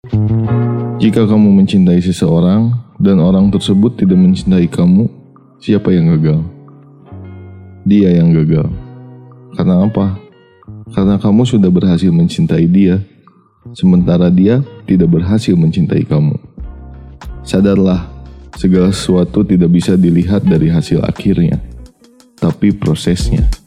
Jika kamu mencintai seseorang dan orang tersebut tidak mencintai kamu, siapa yang gagal? Dia yang gagal. Karena apa? Karena kamu sudah berhasil mencintai dia, sementara dia tidak berhasil mencintai kamu. Sadarlah, segala sesuatu tidak bisa dilihat dari hasil akhirnya, tapi prosesnya.